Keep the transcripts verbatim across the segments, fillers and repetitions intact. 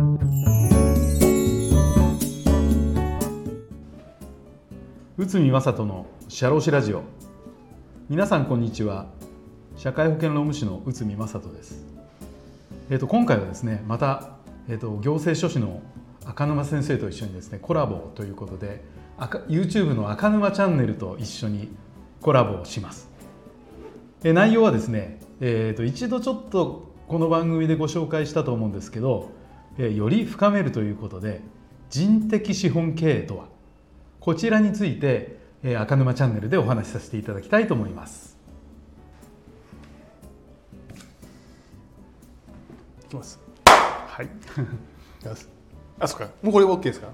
内海正人の社労士ラジオ。皆さんこんにちは。社会保険労務士の内海正人です。えー、と今回はですねまた、えー、と行政書士の赤沼先生と一緒にですねコラボということでYouTube の赤沼チャンネルと一緒にコラボをします。え内容はですね、えー、と一度ちょっとこの番組でご紹介したと思うんですけど、えー、より深めるということで人的資本経営とは、こちらについて、えー、赤沼チャンネルでお話しさせていただきたいと思います。 いきます。はい。あ、そっか。もうこれ OK ですか。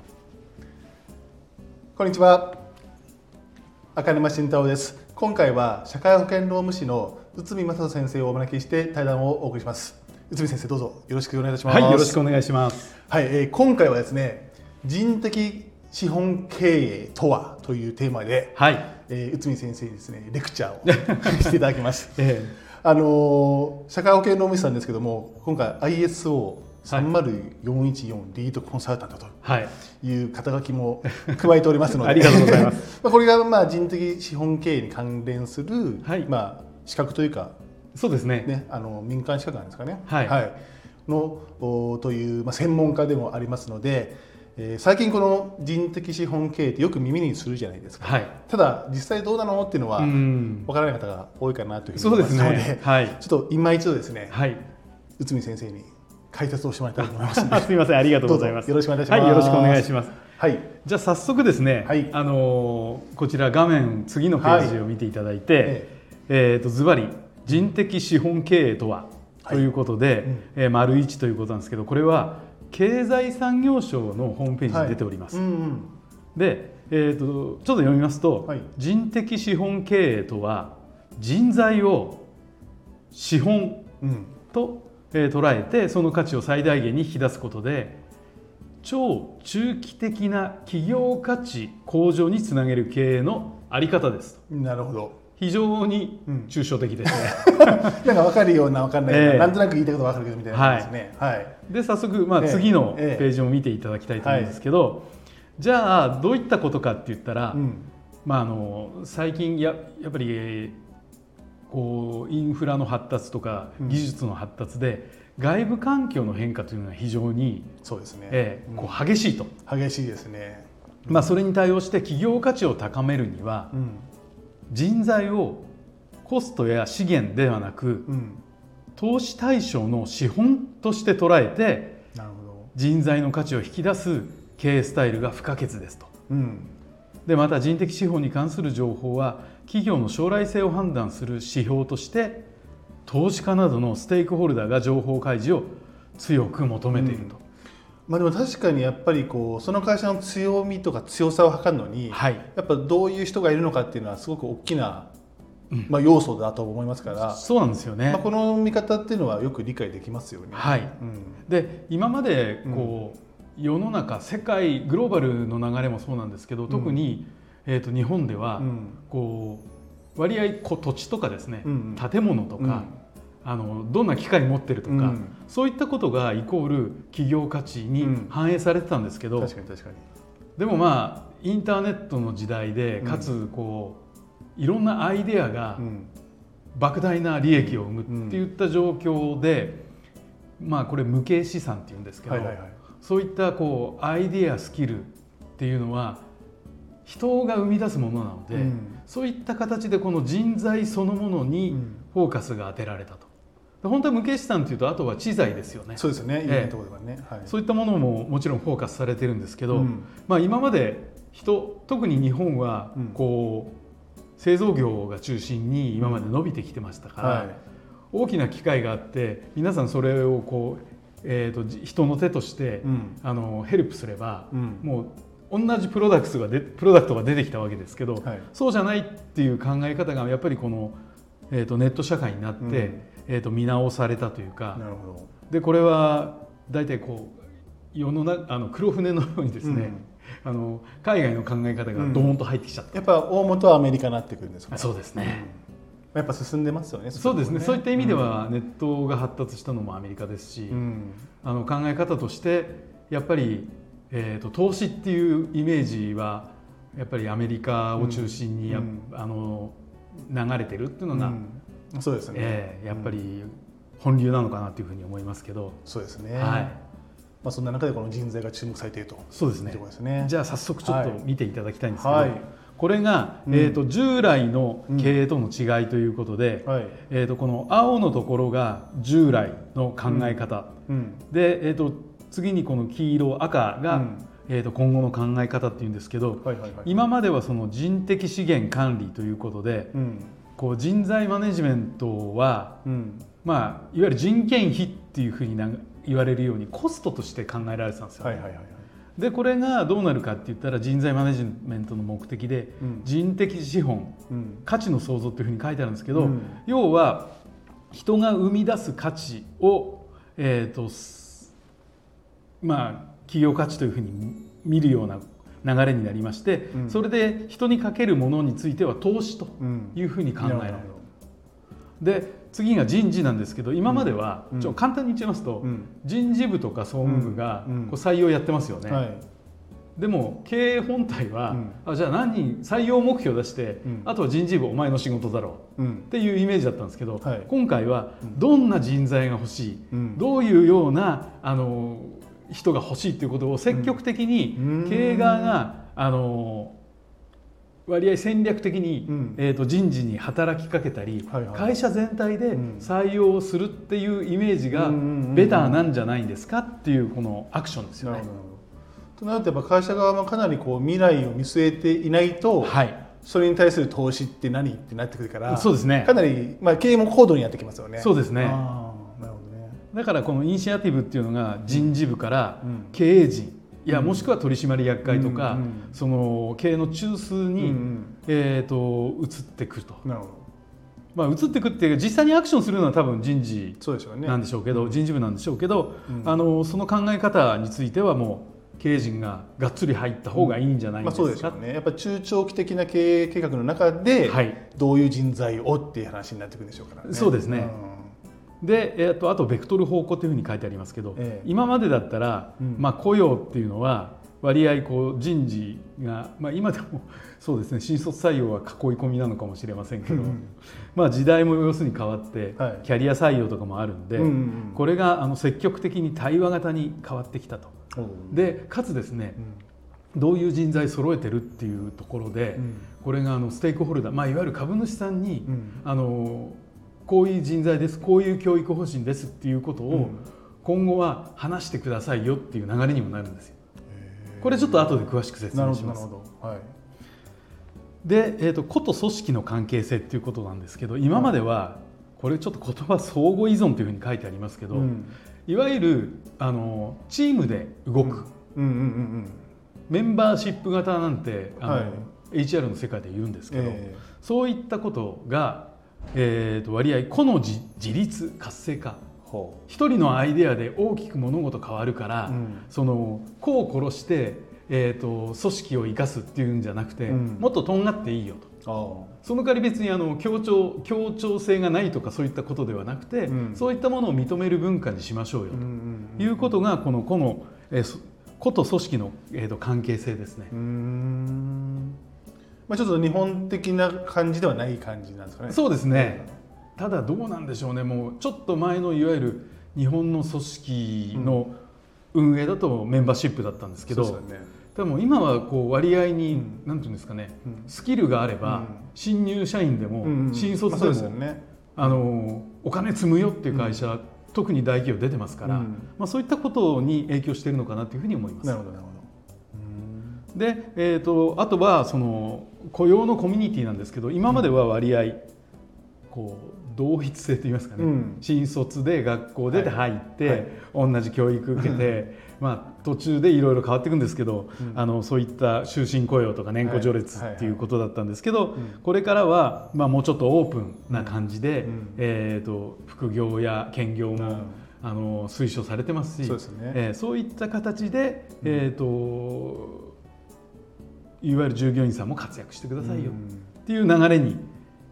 こんにちは。赤沼慎太郎です。今回は社会保険労務士の内海正人先生をお招きして対談をお送りします。内海先生、どうぞよろしくお願いいたします。 はい、よろしくお願いします。 はい、えー、今回はですね、人的資本経営とはというテーマで、はい、えー、内海先生にですねレクチャーをしていただきます。ええあの社会保険労務士さんですけども、今回 アイエスオーさんまるよんいちよん リードコンサルタントという肩書きも加えておりますので、 ありがとうございます。 これがまあ人的資本経営に関連する、はい、まあ資格というか、 そうですね、 ね、あの民間資格なんですかね、はいはい、のという、まあ、専門家でもありますので、えー、最近この人的資本経営ってよく耳にするじゃないですか、はい、ただ実際どうなのっていうのは分からない方が多いかなというふうに思いますの で, です、ね、はい、ちょっと今一度ですね、はい、内海先生に解説をしてもらいたいと思いますので。 すみません、ありがとうございます。 よろしくお願いします。 はい、よろしくお願いします。はい、じゃあ早速ですね、 はい、 あのー、こちら画面次のページを見ていただいて、はい、えーとズバリ人的資本経営とは、はい、ということで、うん、えー、丸一ということなんですけど、これは経済産業省のホームページに出ております。はい、うんうん、で、えーと、ちょっと読みますと、はい、人的資本経営とは人材を資本と、うん、えー、捉えてその価値を最大限に引き出すことで超中期的な企業価値向上につなげる経営のあり方です。 なるほど。 非常に抽象的ですね。 うん、なんか分かるような分かんないような、えー、なんとなく言いたいこと分かるけどみたいな感じですね。はいはい、 で早速、まあ、次のページを見ていただきたいと思うんですけど、えーえーはい、じゃあどういったことかって言ったら、うん、まあ、あの最近 や, やっぱり、えー、こうインフラの発達とか技術の発達で、うん、外部環境の変化というのは非常にそうですね、 えー、こう激しいと。 激しいですね。 うん、まあ、それに対応して企業価値を高めるには、うん、人材をコストや資源ではなく、うん、投資対象の資本として捉えて、なるほど、人材の価値を引き出す経営スタイルが不可欠ですと。うん、でまた人的資本に関する情報は企業の将来性を判断する指標として投資家などのステークホルダーが情報開示を強く求めていると。うん、 まあ、でも確かにやっぱりこうその会社の強みとか強さを測るのに、はい、やっぱどういう人がいるのかっていうのはすごく大きな、まあ、要素だと思いますから、うん、 そうなんですよね。 まあ、この見方っていうのはよく理解できますよね。 はい、うん、で今までこう、うん、世の中世界グローバルの流れもそうなんですけど、特に、うん、えーと日本では、うん、こう割合こう土地とかですね、うん、建物とか、うん、あのどんな機械持ってるとか、うん、そういったことがイコール企業価値に反映されてたんですけど、うん、 確かに確かに。でもまあインターネットの時代で、かつこういろんなアイデアが莫大な利益を生むっていった状況で、まあこれ無形資産っていうんですけど、はいはいはい、そういったこうアイデアスキルっていうのは人が生み出すものなので、うん、そういった形でこの人材そのものにフォーカスが当てられたと。本当は無形資産というとあとは知財ですよね。 そうですよね、いろんなところではね、はい、 そういったものももちろんフォーカスされてるんですけど、うん、まあ、今まで人特に日本はこう、うん製造業が中心に今まで伸びてきてましたから、はい、大きな機会があって皆さんそれをこう、えー、と人の手として、うん、あのヘルプすれば、うん、もう同じプロダクトがでプロダクトが出てきたわけですけど、はい、そうじゃないっていう考え方がやっぱりこの、えー、とネット社会になって、うん、えー、と見直されたというか。なるほど。でこれは大体こう世の中あの黒船のようにですね、うん、あの海外の考え方がドーンと入ってきちゃった、 うん、やっぱ大元はアメリカになってくるんですか。 そうですね、 やっぱ進んでますよね。 そうですね。そういった意味ではネットが発達したのもアメリカですし、うん、あの考え方としてやっぱり、えーと、投資っていうイメージはやっぱりアメリカを中心にや、うん、あの流れてるっていうのが、 うん、そうですね、 えー、やっぱり本流なのかなというふうに思いますけど、 そうですね、 はい、 まあ、そんな中でこの人材が注目されていると。 そうですね。 いうところですね。 じゃあ早速ちょっと見ていただきたいんですけど、 はい、 これが、うん、えーと従来の経営との違いということで、うん、はい、えーとこの青のところが従来の考え方、うんうん、で、えーと次にこの黄色赤が、うん、えーと今後の考え方っていうんですけど、はいはいはい、今まではその人的資源管理ということで、うん、こう人材マネジメントは、うん、まあ、いわゆる人件費っていうふうに言われるようにコストとして考えられてたんですよ、ね。はいはいはいはい、でこれがどうなるかって言ったら人材マネジメントの目的で、うん、人的資本、うん、価値の創造というふうに書いてあるんですけど、うん、要は人が生み出す価値を、えーとまあ、企業価値というふうに見るような流れになりまして、うん、それで人にかけるものについては投資というふうに考えられる、うん、で次が人事なんですけど、今までは、うん、ちょっと簡単に言っちゃいますと、うん、人事部とか総務部がこう採用やってますよね、うんはい、でも経営本体は、うん、あじゃあ何人採用目標出して、うん、あとは人事部お前の仕事だろう、うん、っていうイメージだったんですけど、はい、今回はどんな人材が欲しい、うん、どういうようなあの人が欲しいということを積極的に経営側があの割合戦略的に、うんえー、と人事に働きかけたり、はいはい、会社全体で採用するっていうイメージがベターなんじゃないんですかっていうこのアクションですよね。 となるとやっぱ会社側もかなりこう未来を見据えていないと、はい、それに対する投資って何ってなってくるから、 そうですね、 かなり、まあ、経営も高度にやってきますよね。 そうですね。だからこのイニシアティブっていうのが人事部から経営陣、いやもしくは取締役会とか、うんうん、その経営の中枢に、うんうんえー、と移ってくると。なるほど。まあ、移ってくって実際にアクションするのは多分人事なんでしょうけど、ね、人事部なんでしょうけど、うん、あのその考え方についてはもう経営陣ががっつり入った方がいいんじゃないですか、うんまあ、そうでしょうね。 やっぱ中長期的な経営計画の中で、はい、どういう人材をっていう話になってくるんでしょうからね。 そうですね、うん、で、えー、とあとベクトル方向というふうに書いてありますけど、ええ、今までだったら、うんまあ、雇用っていうのは割合こう人事が、まあ、今でもそうですね、新卒採用は囲い込みなのかもしれませんけど、うん、まあ時代も要するに変わって、はい、キャリア採用とかもあるんで、うんうんうん、これがあの積極的に対話型に変わってきたと、うん、でかつですね、うん、どういう人材揃えてるっていうところで、うん、これがあのステークホルダー、まあ、いわゆる株主さんに、うん、あのこういう人材です、こういう教育方針ですっていうことを今後は話してくださいよっていう流れにもなるんですよ。これちょっと後で詳しく説明します。なるほど、はい、で、えーと、個と組織の関係性っていうことなんですけど、今まではこれちょっと言葉相互依存というふうに書いてありますけど、うん、いわゆるあのチームで動く、うんうんうんうん、メンバーシップ型なんてあの、はい、エイチアール の世界で言うんですけど、えー、そういったことが、えーと、割合個の自立活性化、一人のアイデアで大きく物事変わるから、うん、その個を殺して、えーと、組織を生かすっていうんじゃなくて、うん、もっととんがっていいよと。その代わり別にあの協調、協調性がないとかそういったことではなくて、うん、そういったものを認める文化にしましょうよということがこの個の、えー、個と組織の、えーと、関係性ですね。うーん、 まあ、ちょっと日本的な感じではない感じなんですかね。 そうですね。ただどうなんでしょうね、もうちょっと前のいわゆる日本の組織の運営だとメンバーシップだったんですけど、うんね、でも今はこう割合に、うん、なんていうんですかね、うん、スキルがあれば、うん、新入社員でも、うんうん、新卒でも、まあね、あのお金積むよっていう会社、うん、特に大企業出てますから、うんまあ、そういったことに影響しているのかなというふうに思います。なるほどなるほど。で、えーと、あとはその雇用のコミュニティなんですけど、今までは割合こう同一性といいますかね、うん、新卒で学校出て入って、はいはい、同じ教育受けて、まあ、途中でいろいろ変わっていくんですけど、うん、あのそういった終身雇用とか年功序列っていうことだったんですけど、はいはいはい、これからは、まあ、もうちょっとオープンな感じで、うん、えーと、副業や兼業も、うん、あの推奨されてますし、そうですね、えー、そういった形で、うんえーと、いわゆる従業員さんも活躍してくださいよっていう流れに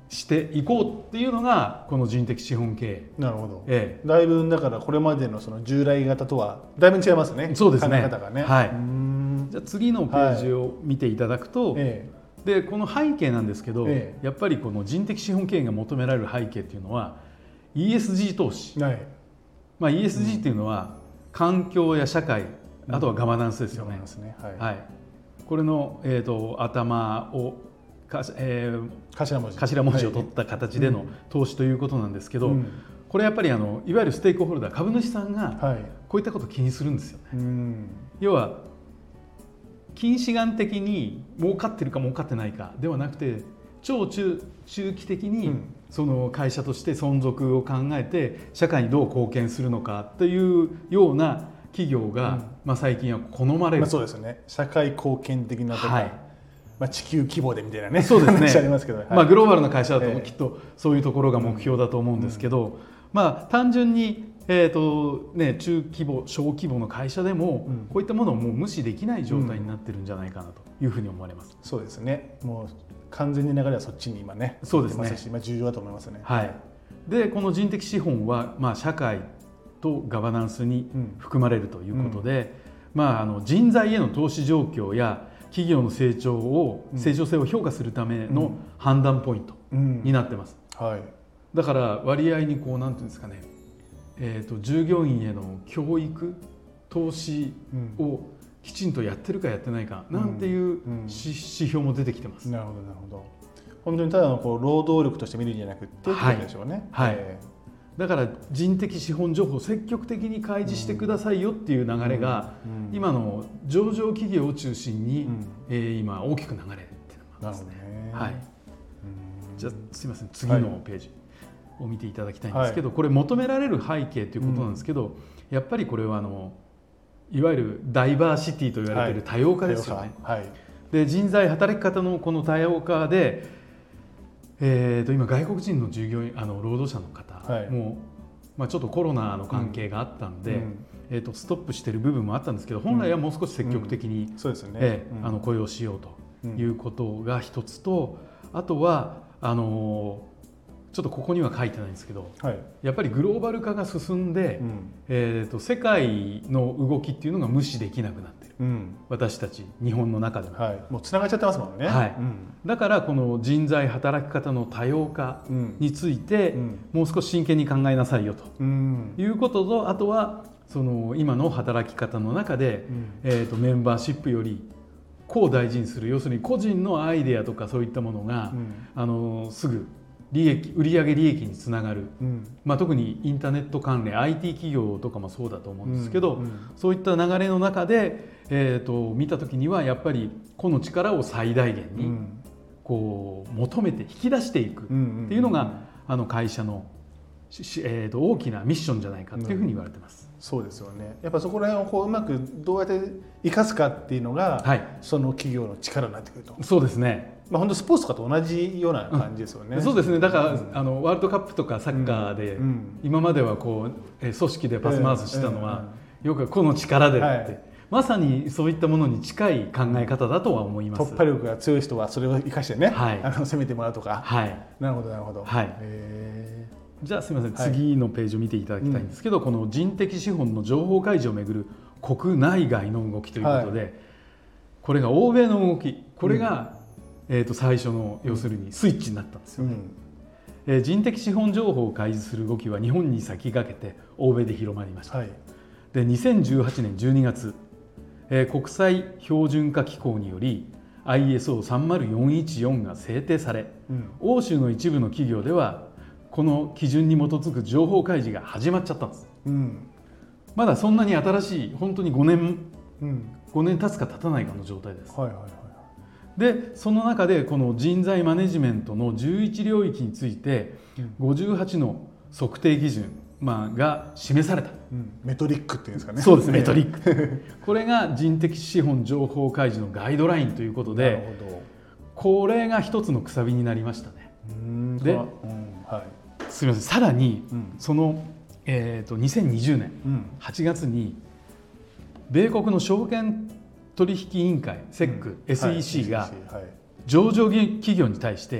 していこうっていうのがこの人的資本経営。 なるほど、 ええ、 だいぶだからこれまでのその従来型とはだいぶ違いますね。 そうですね、 考え方がね、 はい、じゃあ次のページを見ていただくと、はい、ええ、でこの背景なんですけど、ええ、やっぱりこの人的資本経営が求められる背景っていうのは イーエスジー 投資、はい、まあ、イーエスジー っていうのは環境や社会、うん、あとはガバナンスですよね、うん、ね、はいはい、これの、えーと、頭をか、えー、頭文字頭文字を取った形での投資ということなんですけど、うん、これやっぱりあのいわゆるステークホルダー、株主さんがこういったことを気にするんですよね、うん、要は近視眼的に儲かってるか儲かってないかではなくて、超中中期的にその会社として存続を考えて社会にどう貢献するのかというような企業が、うん、まあ、最近は好まれる、まあ、 そうですよね、社会貢献的なとか、はい、まあ、地球規模でみたいなね、 そうですね話ありますけど、はい、 まあ、グローバルな会社だときっとそういうところが目標だと思うんですけど、うんうん、まあ、単純に、えーとね、中規模小規模の会社でも、うん、こういったものをもう無視できない状態になってるんじゃないかなというふうに思われます、 うん、そうですね、もう完全に流れはそっちに今ね、 そうですね、 まあ、重要だと思いますね、 はい、でこの人的資本は、まあ、社会とガバナンスに含まれるということで、うん、まあ、あの人材への投資状況や企業の成長を、うん、成長性を評価するための判断ポイントになってます、うんうん、はい、だから割合にこうなんていうんですかね、えーと、従業員への教育投資をきちんとやってるかやってないかなんていう、うんうん、指標も出てきてます。 なるほどなるほど。本当にただのこう労働力として見るんじゃなくて、はい、でしょうね、 はい、えー、だから人的資本情報を積極的に開示してくださいよっていう流れが、うんうん、今の上場企業を中心に、うん、えー、今大きく流れてるんですね。はい、じゃあすいません、次のページを見ていただきたいんですけど、はい、これ求められる背景ということなんですけど、うん、やっぱりこれはあのいわゆるダイバーシティと言われている多様化ですよね。はいはい、で人材働き方のこの多様化で、えー、と今外国人の従業員あの労働者の方、はい、もう、まあ、ちょっとコロナの関係があったんで、うん、えー、とストップしている部分もあったんですけど、本来はもう少し積極的に雇用しようということが一つと、あとはあのちょっとここには書いてないんですけど、はい、やっぱりグローバル化が進んで、うん、えー、と世界の動きっていうのが無視できなくなってる、うん、私たち日本の中でも、 はい、もうつながっちゃってますもんね、 はい、うん、だからこの人材働き方の多様化について、うん、もう少し真剣に考えなさいよと、うん、いうことと、あとはその今の働き方の中で、うん、えー、とメンバーシップより個を大事にする、要するに個人のアイデアとかそういったものが、うん、あのすぐ利益売上利益につながる、うん、まあ、特にインターネット関連 アイティー 企業とかもそうだと思うんですけど、うんうん、そういった流れの中で、えー、と見た時にはやっぱり個の力を最大限にこう求めて引き出していくっていうのがあの会社の、えー、と大きなミッションじゃないかっていうふうに言われてます。 うん、そうですよね。やっぱそこら辺をこううまくどうやって生かすかっていうのが、はい、その企業の力になってくると。 そうですね。 まあ、本当スポーツとかと同じような感じですよね。 うん、そうですね。だから、うん、あのワールドカップとかサッカーで、うん、今まではこう組織でパス回すしたのは、えーえー、よく個の力でって、はい、まさにそういったものに近い考え方だとは思います。 突破力が強い人はそれを生かしてね、はい、あの攻めてもらうとか。はい、なるほどなるほど。はい、えー、じゃあすみません、はい、次のページを見ていただきたいんですけど、うん、この人的資本の情報開示をめぐる国内外の動きということで、はい、これが欧米の動き、これが、うん、えー、と最初の要するにスイッチになったんですよね。うん、えー、人的資本情報を開示する動きは日本に先駆けて欧米で広まりました。はい、でにせんじゅうはちねんじゅうにがつ、えー、国際標準化機構により アイエスオーさんまるよんいちよん が制定され、うん、欧州の一部の企業ではこの基準に基づく情報開示が始まっちゃったんです。うん、まだそんなに新しい本当にごねん、うん、ごねん経つか経たないかの状態です。はいはいはい、でその中でこの人材マネジメントのじゅういち領域についてごじゅうはちの測定基準、まあ、が示された、 うん、メトリックっていうんですかね。 そうです、メトリックこれが人的資本情報開示のガイドラインということで、なるほど、これが一つのくさびになりましたね。うんで、うん、はい、すみません、さらに、うん、その、えー、とにせんにじゅうねんはちがつに米国の証券取引委員会 セック、うん、エスイーシー が上場企業に対して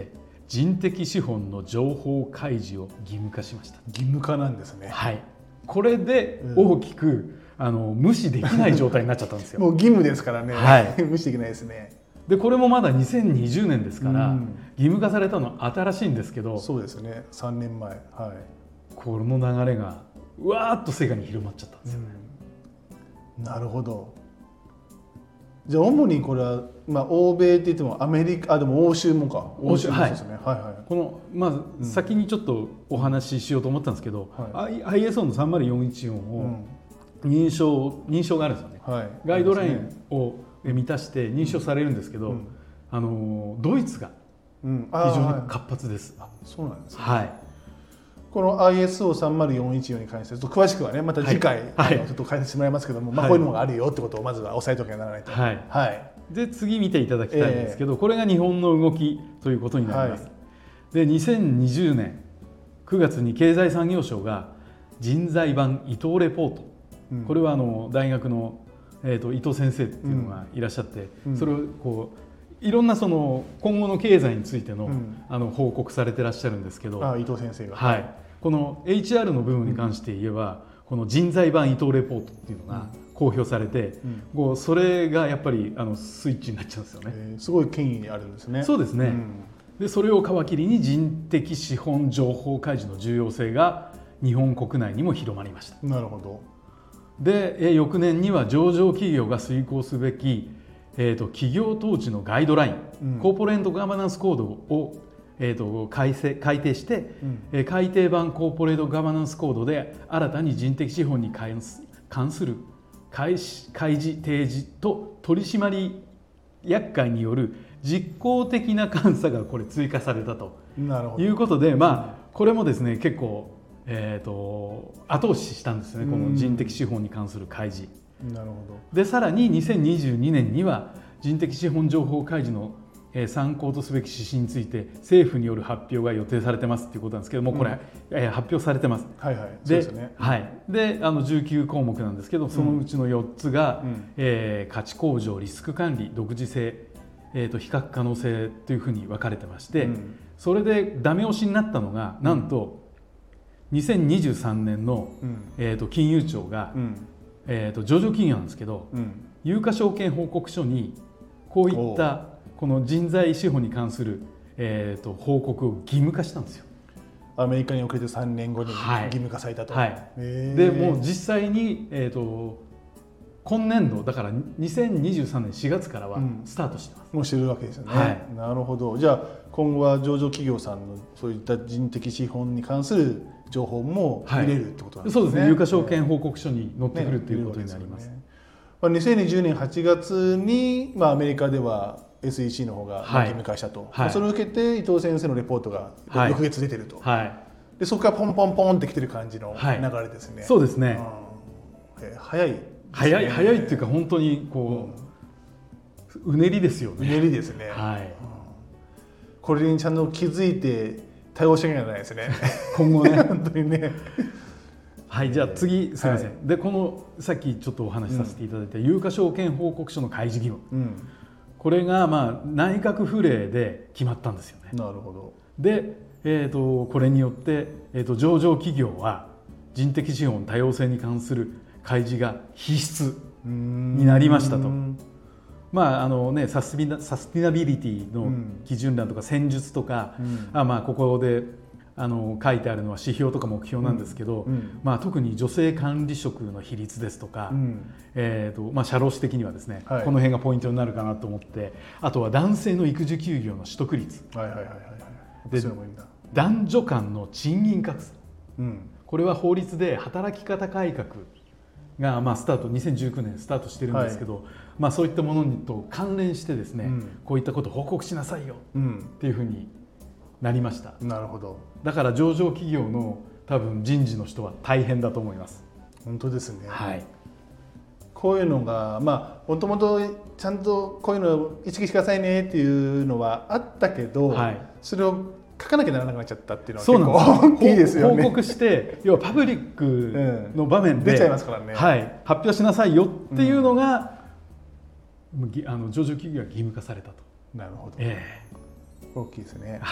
人的資本の情報開示を義務化しました。 義務化なんですね。 はい。これで大きく、うん、あの無視できない状態になっちゃったんですよ。 もう義務ですからね。はい、無視できないですね。 でこれもまだにせんにじゅうねんですから、うん、義務化されたのは新しいんですけど、 そうですね。さんねんまえ。はい。 この流れがうわーっと世界に広まっちゃったんですよね。 うん、なるほど。じゃあ主にこれは、まあ、欧米って言ってもアメリカ、あでも欧州もか。 欧州ですね。はい、はいはい。 このまず、うん、先にちょっとお話ししようと思ったんですけど、はい、アイエスオー のさんまるよんいちよんを認証、うん、認証があるんですよね。はい、ガイドラインを満たして認証されるんですけど、うん、あのドイツが非常に活発です。 うん、あ、そうなんですね。 はい。 この アイエスオーさんまるよんいちよん に関して詳しくはねまた次回、はい、ちょっと解説してもらいますけども、はい、まあ、こういうのがあるよってことをまずは押さえておけならないと。はい、はい、 で次見ていただきたいんですけど、えー、これが日本の動きということになります。はい、でにせんにじゅうねんくがつに経済産業省が人材版伊藤レポート、うん、これはあの大学の、えー、と伊藤先生っていうのがいらっしゃって、うん、それをこういろんなその今後の経済についての、うん、あの報告されてらっしゃるんですけど、 あ、伊藤先生が、 はい、この エイチアール の部分に関して言えば、うん、この人材版伊藤レポートっていうのが公表されて、うん、こうそれがやっぱりあのスイッチになっちゃうんですよね。 えー、すごい権威あるんですね。 そうですね。うん、でそれを皮切りに人的資本情報開示の重要性が日本国内にも広まりました。 なるほど。 で翌年には上場企業が遂行すべき、えーと、企業統治のガイドライン、うん、コーポレートガバナンスコードをえー、と 改正改定して、うん、改訂版コーポレートガバナンスコードで新たに人的資本に関する開示提示と取締役会による実効的な監査がこれ追加されたということで、まあ、これもですね結構、えー、と後押ししたんですね、この人的資本に関する開示。 なるほど。 でさらににせんにじゅうにねんには人的資本情報開示の参考とすべき指針について政府による発表が予定されてますということなんですけども、これ、うん、発表されてます。 はいはい、そうですね。 はい、であのじゅうきゅうこうもくなんですけど、そのうちのよっつが、うん、えー、価値向上、リスク管理、独自性、えー、と比較可能性というふうに分かれてまして、うん、それでダメ押しになったのが、なんとにせんにじゅうさんねんの、うん、えー、と金融庁が、うん、えー、と上場企業なんですけど、うん、有価証券報告書にこういったこの人材資本に関する、えー、と報告を義務化したんですよ。 アメリカに遅れてさんねんごに義務化されたと。 はいはい、でもう実際に、えー、と今年度だからにせんにじゅうさんねんしがつからはスタートしてます。 うん、もうしてるわけですよね。はい、なるほど。じゃあ今後は上場企業さんのそういった人的資本に関する情報も入れるってことなんですね。 はい、そうですね。有価証券報告書に載ってくるということになります。ね、 まあ、にせんにじゅうねんはちがつに、まあ、アメリカではエスイーシー の方が義務化したと、はい、それを受けて伊藤先生のレポートが翌月出てると、はい、でそこからポンポンポンってきてる感じの流れですね。 はい、そうですね。 うん、え早いですね。 早い早いっていうか本当にこう、うん、うねりですよね。 うねりですね。はい、うん、これにちゃんと気づいて対応しなきゃいけないですね。 今後ね本当にね。 はい、じゃあ次すみません。はい、でこのさっきちょっとお話しさせていただいた、うん、有価証券報告書の開示義務。うん、これがまあ内閣府令で決まったんですよね。 なるほど。 で、えー、とこれによって、えー、と上場企業は人的資本多様性に関する開示が必須になりましたと。まああのね、サスティナビリティの基準欄とか戦術とか、うん、あまあここであの書いてあるのは指標とか目標なんですけど、うんうん、まあ、特に女性管理職の比率ですとか、うん、えーとまあ、社労士的にはですね、はい、この辺がポイントになるかなと思って、あとは男性の育児休業の取得率、で男女間の賃金格差、うん、これは法律で働き方改革がまあスタートにせんじゅうきゅうねんスタートしてるんですけど、はい、まあ、そういったものと関連してですね、うん、こういったことを報告しなさいよっていうふうになりました。 なるほど。 だから上場企業の多分人事の人は大変だと思います。 本当ですね。 はい、 こういうのがまあもともとちゃんとこういうのを意識してくださいねっていうのはあったけど、はい、それを書かなきゃならなくなっちゃったっていうのは結構大きいですよね。 報告して要はパブリックの場面で、 うん、出ちゃいますからね、 はい、発表しなさいよっていうのが、うん、あの上場企業が義務化されたと。 なるほど、 えー、大きいですね。 はい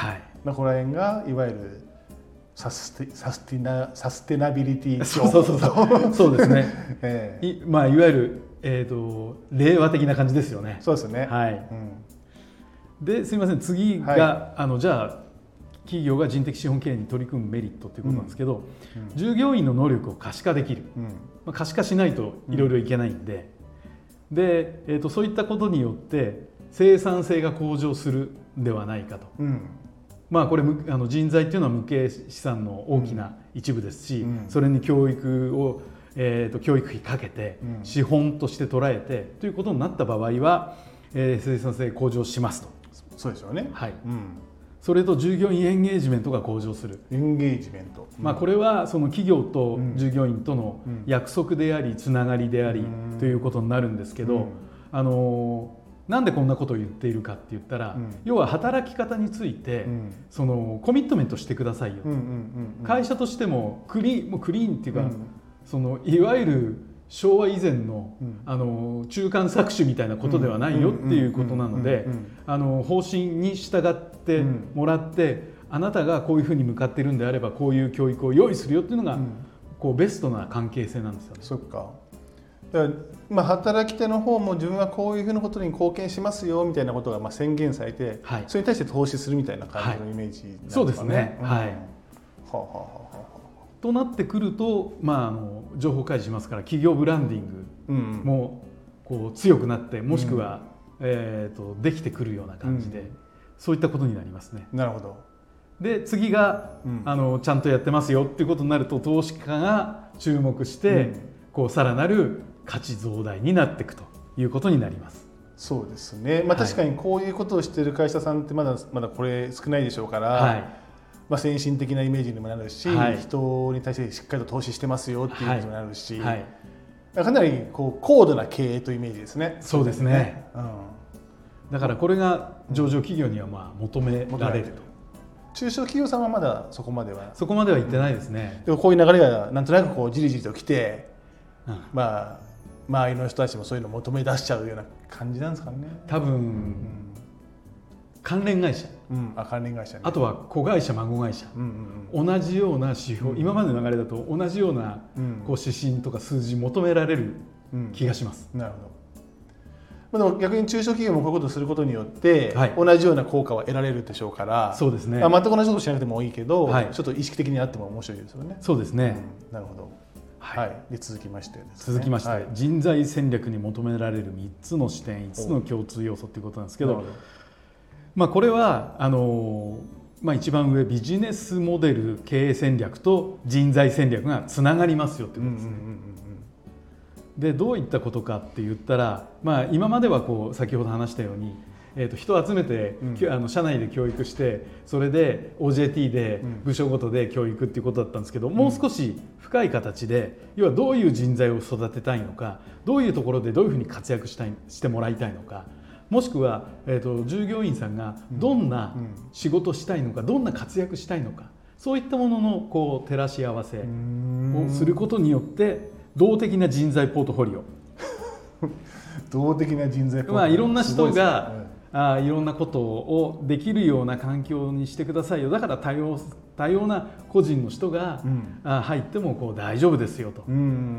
まあ、この辺がいわゆるサステ、サスティナ、サステナビリティそうそうそうそうそうですね、えー、いまあいわゆる、えー、と令和的な感じですよね。 そうですね、 はい、うん、ですみません、次が、はい、あのじゃあ企業が人的資本経営に取り組むメリットということなんですけど、うんうん、従業員の能力を可視化できる、うんまあ、可視化しないといろいろいけないんで、うん、で、えー、とそういったことによって生産性が向上するんではないかと、うん、まあこれあの人材っていうのは無形資産の大きな一部ですし、うん、それに教育を、えー、と教育費かけて資本として捉えて、うん、ということになった場合は、えー、生産性向上しますと。 そうですよね、 はい、うん、それと従業員エンゲージメントが向上する。 エンゲージメント、 うん、まあこれはその企業と従業員との約束でありつながりでありということになるんですけど、うん、あのなんでこんなことを言っているかって言ったら、うん、要は働き方について、うん、そのコミットメントしてくださいよ、うんうんうんうん、会社としてもクリーン、もうクリーンっていうか、うん、そのいわゆる昭和以前の、うん、あの中間搾取みたいなことではないよっていうことなので、あの方針に従ってもらって、うん、あなたがこういうふうに向かっているんであればこういう教育を用意するよっていうのが、うん、こうベストな関係性なんですよね。 そっか。だからまあ、働き手の方も自分はこういうふうなことに貢献しますよみたいなことがまあ宣言されて、はい、それに対して投資するみたいな感じのイメージなんですかね。 そうですね、はい、はあはあはあ、となってくると、まあ、あの情報開示しますから企業ブランディングもこう強くなって、もしくは、うん、えー、とできてくるような感じで、うん、そういったことになりますね。 なるほど。 で次が、うん、あのちゃんとやってますよっていうことになると投資家が注目して、うん、こうさらなる価値増大になっていくということになります。 そうですね、まあ、確かにこういうことをしている会社さんってまだまだこれ少ないでしょうから、はい、まあ、先進的なイメージにもなるし、はい、人に対してしっかりと投資してますよっていうイメージにもなるし、はいはい、かなりこう高度な経営というイメージですね。 そうですね、うん、だからこれが上場企業にはまあ求められると。 中小企業さんはまだそこまではそこまでは言ってないですね、 うん、でもこういう流れがなんとなくこうじりじりときて、うん、まあ周りの人たちもそういうのを求め出しちゃうような感じなんですかね。 多分、うん、関連会社、 うん、あ関連会社、ね、 あとは子会社孫会社、うんうんうん、同じような指標、うん、今までの流れだと同じようなこう指針とか数字求められる気がします、 うん、なるほど。でも逆に中小企業もこういうことをすることによって、はい、同じような効果は得られるでしょうから。 そうですね、 まあ、全く同じことしなくてもいいけど、はい、ちょっと意識的にあっても面白いですよね。 そうですね、 うん、なるほど。はい、で続きましてですね、続きまして、はい、人材戦略に求められるみっつの視点、いつつの共通要素ということなんですけど、まあ、これはあの、まあ、一番上ビジネスモデル経営戦略と人材戦略がつながりますよということですね。でどういったことかって言ったら、まあ、今まではこう先ほど話したようにえー、と人を集めて、うん、あの社内で教育してそれで オージェーティー で部署ごとで教育っていうことだったんですけど、うん、もう少し深い形で要はどういう人材を育てたいのか、どういうところでどういうふうに活躍したいしてもらいたいのか、もしくは、えー、と従業員さんがどんな仕事したいのか、どんな活躍したいのか、そういったもののこう照らし合わせをすることによって動的な人材ポートフォリオ動的な人材ポートフォリオ、 まあ、いろんな人があいろんなことをできるような環境にしてくださいよ、だから多様、多様な個人の人が、うん、あ入ってもこう大丈夫ですよと、うん、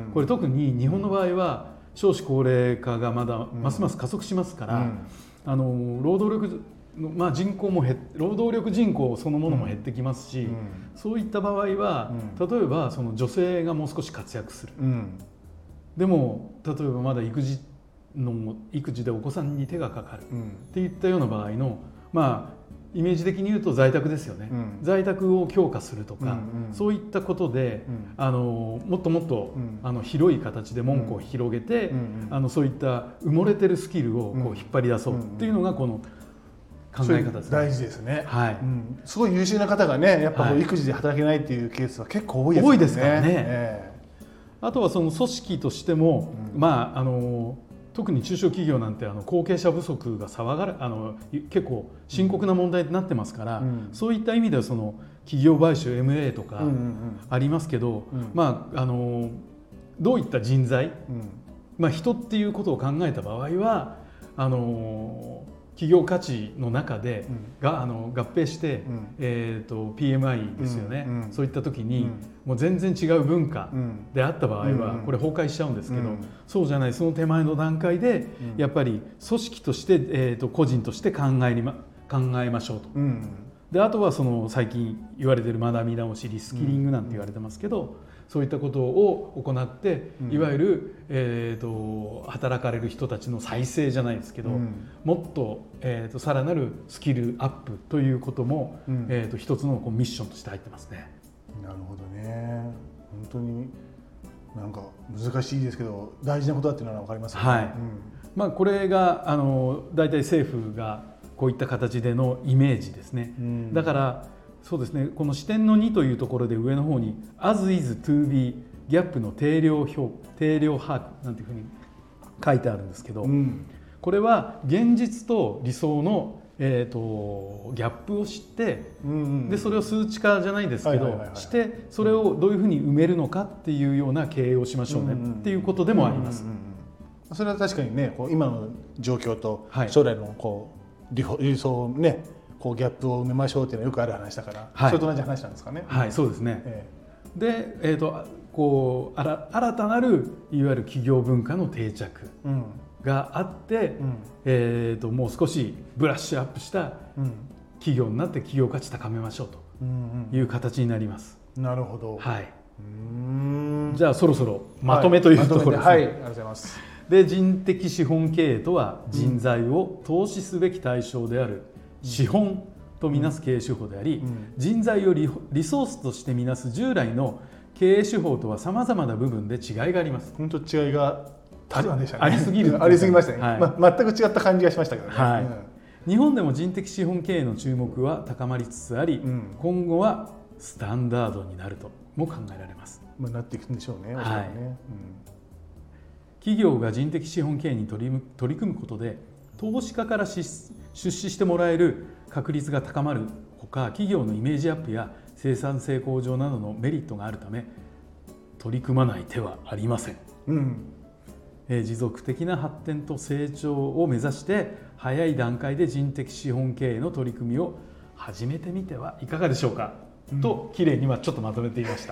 これ特に日本の場合は少子高齢化がまだますます加速しますから、うん、あの労働力の、まあ、人口も減労働力人口そのものも減ってきますし、うん、そういった場合は、うん、例えばその女性がもう少し活躍する、うん、でも例えばまだ育児の育児でお子さんに手がかかるっていったような場合の、まあイメージ的に言うと在宅ですよね、うん、在宅を強化するとか、うんうん、そういったことで、うん、あのもっともっと、うん、あの広い形で門戸を広げて、うんうん、あのそういった埋もれてるスキルをこう引っ張り出そうっていうのがこの考え方です、ね、 大事ですね、はいうん、すごい優秀な方がねやっぱ育児で働けないっていうケースは結構多いですね。 多いですからね、えー、あとはその組織としても、うん、まああの特に中小企業なんてあの後継者不足が騒がれあの結構深刻な問題になってますから、うん、そういった意味ではその企業買収 エムエー とかありますけど、うんうんうん、まああのどういった人材、うんまあ、人っていうことを考えた場合はあの企業価値の中で、うん、があの合併して、うん、えー、と ピーエムアイ ですよね、うんうん、そういった時に、うん、もう全然違う文化であった場合はこれ崩壊しちゃうんですけど、うん、そうじゃないその手前の段階で、うん、やっぱり組織として、えー、と個人として考えに、ま、考えましょうと、うん、であとはその最近言われている学び直しリスキリングなんて言われてますけど、うんうん、そういったことを行って、うん、いわゆる、えー、と働かれる人たちの再生じゃないですけど、うん、もっと、えー、とさらなるスキルアップということも、うん、えー、と一つのこうミッションとして入ってますね。 なるほどね。本当になんか難しいですけど大事なことだっていうのは分かりますよね。 はい、うん、まあ、これがあの大体政府がこういった形でのイメージですね。うん、だからそうですね、この視点のにというところで上の方に As is to be ギャップの定量評定量把握なんていうふうに書いてあるんですけど、うん、これは現実と理想の、えー、とギャップを知って、うんうん、でそれを数値化じゃないですけどしてそれをどういうふうに埋めるのかっていうような経営をしましょうねっていうことでもあります。 それは確かにね、こう今の状況と将来のこう理想をねこうギャップを埋めましょうっていうのはよくある話だから、はい、それと同じ話なんですかね。 はい、そうですね。ええ、で、えーと、こう新たなるいわゆる企業文化の定着があって、うん、えーと、もう少しブラッシュアップした企業になって企業価値高めましょうという形になります。 うんうん、なるほど。 はい。うーん、じゃあそろそろまとめというところですね。 はい、ありがとうございます。 で、人的資本経営とは人材を投資すべき対象である資本とみなす経営手法であり、うん、人材を リ, リソースとしてみなす従来の経営手法とはさまざまな部分で違いがあります。 本当違いがたくさんでしたね。 ありすぎるありすぎましたね。はい、ま、全く違った感じがしましたけどね。はい、うん、 日本でも人的資本経営の注目は高まりつつあり、うん、今後はスタンダードになるとも考えられます。 まあ、なっていくんでしょうね。 はい、ね、うん、企業が人的資本経営に取り、取り組むことで投資家から出資してもらえる確率が高まるほか、企業のイメージアップや生産性向上などのメリットがあるため取り組まない手はありません。うん、えー、持続的な発展と成長を目指して早い段階で人的資本経営の取り組みを始めてみてはいかがでしょうか、うん、と綺麗にはちょっとまとめていました。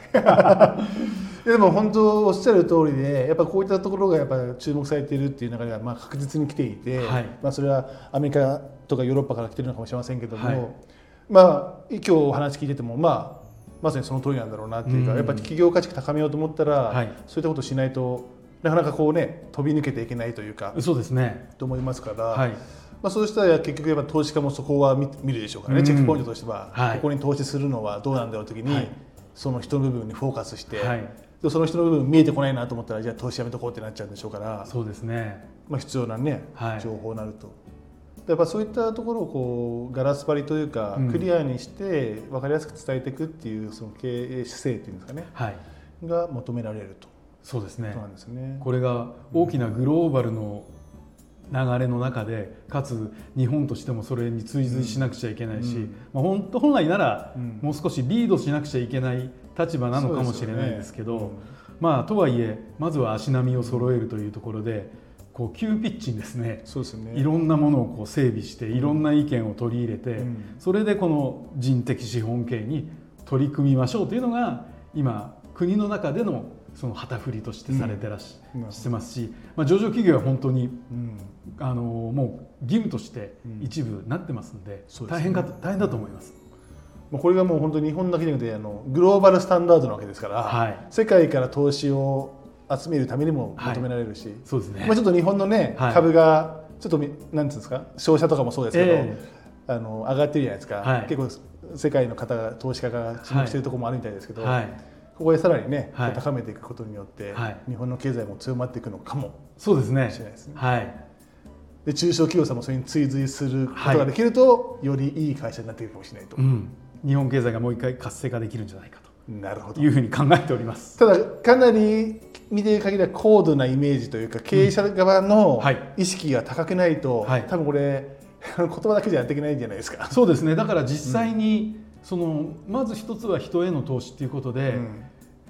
でも本当おっしゃる通りで、やっぱこういったところがやっぱ注目されているっていう中ではまあ確実に来ていて、はい、まあそれはアメリカとかヨーロッパから来てるのかもしれませんけども、はい、まあ今日お話聞いててもまあまさにその通りなんだろうなっていうか、うん、やっぱり企業価値高めようと思ったら、はい、そういったことをしないとなかなかこうね飛び抜けていけないというか、 そうですねと思いますから、はい、まあそうしたら結局やっぱ投資家もそこは見るでしょうからね、うん、チェックポイントとしては、はい、ここに投資するのはどうなんだろうときに、はい、その人の部分にフォーカスして、はい、その人の部分見えてこないなと思ったらじゃあ投資やめとこうってなっちゃうんでしょうから、 そうですね、 まあ、必要なね、はい、情報になると。やっぱそういったところをこうガラス張りというか、うん、クリアにして分かりやすく伝えていくっていうその経営姿勢っていうんですかね、はい、が求められると。 そうですね。 そうなんですね。 これが大きなグローバルの流れの中で、かつ日本としてもそれに追随しなくちゃいけないし、うん、まあ、本当本来ならもう少しリードしなくちゃいけない立場なのかもしれないですけど、ね、うん、まあとはいえまずは足並みを揃えるというところで、こう急ピッチにですね、 そうですね、 いろんなものをこう整備していろんな意見を取り入れて、うん、それでこの人的資本経営に取り組みましょうというのが今国の中でのその旗振りとしてされてらっしゃ、うん、してますし、まあ、上場企業は本当に、うん、あのもう義務として一部なってますので、うん、大変か大変だと思います。 うん、これがもう本当に日本だけじゃなくてあのグローバルスタンダードなわけですから、はい、世界から投資を集めるためにも求められるし、はい、そうですね、まあ、ちょっと日本の、ね、はい、株がちょっとなんていうんですか、商社とかもそうですけど、えー、あの上がってるじゃないですか、はい、結構世界の方が投資家が注目しているところもあるみたいですけど、はい、ここでさらにね、はい、高めていくことによって、はい、日本の経済も強まっていくのかもしれないですね。はい、で中小企業さんもそれに追随することができると、はい、よりいい会社になっていくかもしれないと、うん、 日本経済がもう一回活性化できるんじゃないかとなるほどいうふうに考えております。 ただかなり見ている限りは高度なイメージというか、経営者側の意識が高くないと、うん、はい、多分これ言葉だけじゃやっていけないんじゃないですか。 そうですね。だから実際に、うん、そのまず一つは人への投資ということで、うん、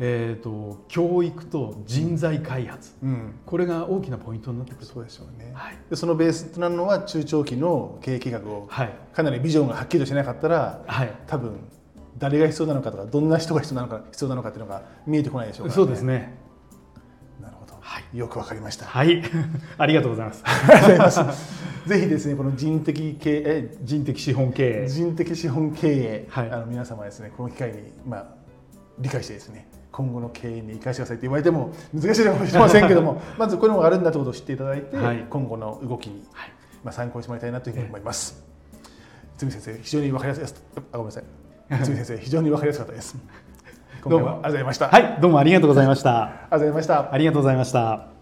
えー、と教育と人材開発、うん、これが大きなポイントになってくる。 そうでしょうね、はい、でそのベースとなるのは中長期の経営計画を、はい、かなりビジョンがはっきりとしなかったら、はい、多分誰が必要なのかとかどんな人が必要なのか必要なのかっていうのが見えてこないでしょうからね。 そうですね。 なるほど、はい、よくわかりました。 はいありがとうございます。 ありがとうございます。ぜひですねこの人的経営人的資本経営人的資本経営、はい、あの皆様ですねこの機会にまあ理解してですね今後の経営に生かしてくださいって言われても難しいかもしれませんけどもまずこういうのがあるんだということを知っていただいて、はい、今後の動きに、はい、まあ参考にしてもらいたいなというふうに思います。内海先生非常に分かりやすいですあごめんなさい内海先生非常に分かりやすかったです。今回はありがとうございました。 はいどうもありがとうございました。 ありがとうございました。 ありがとうございました。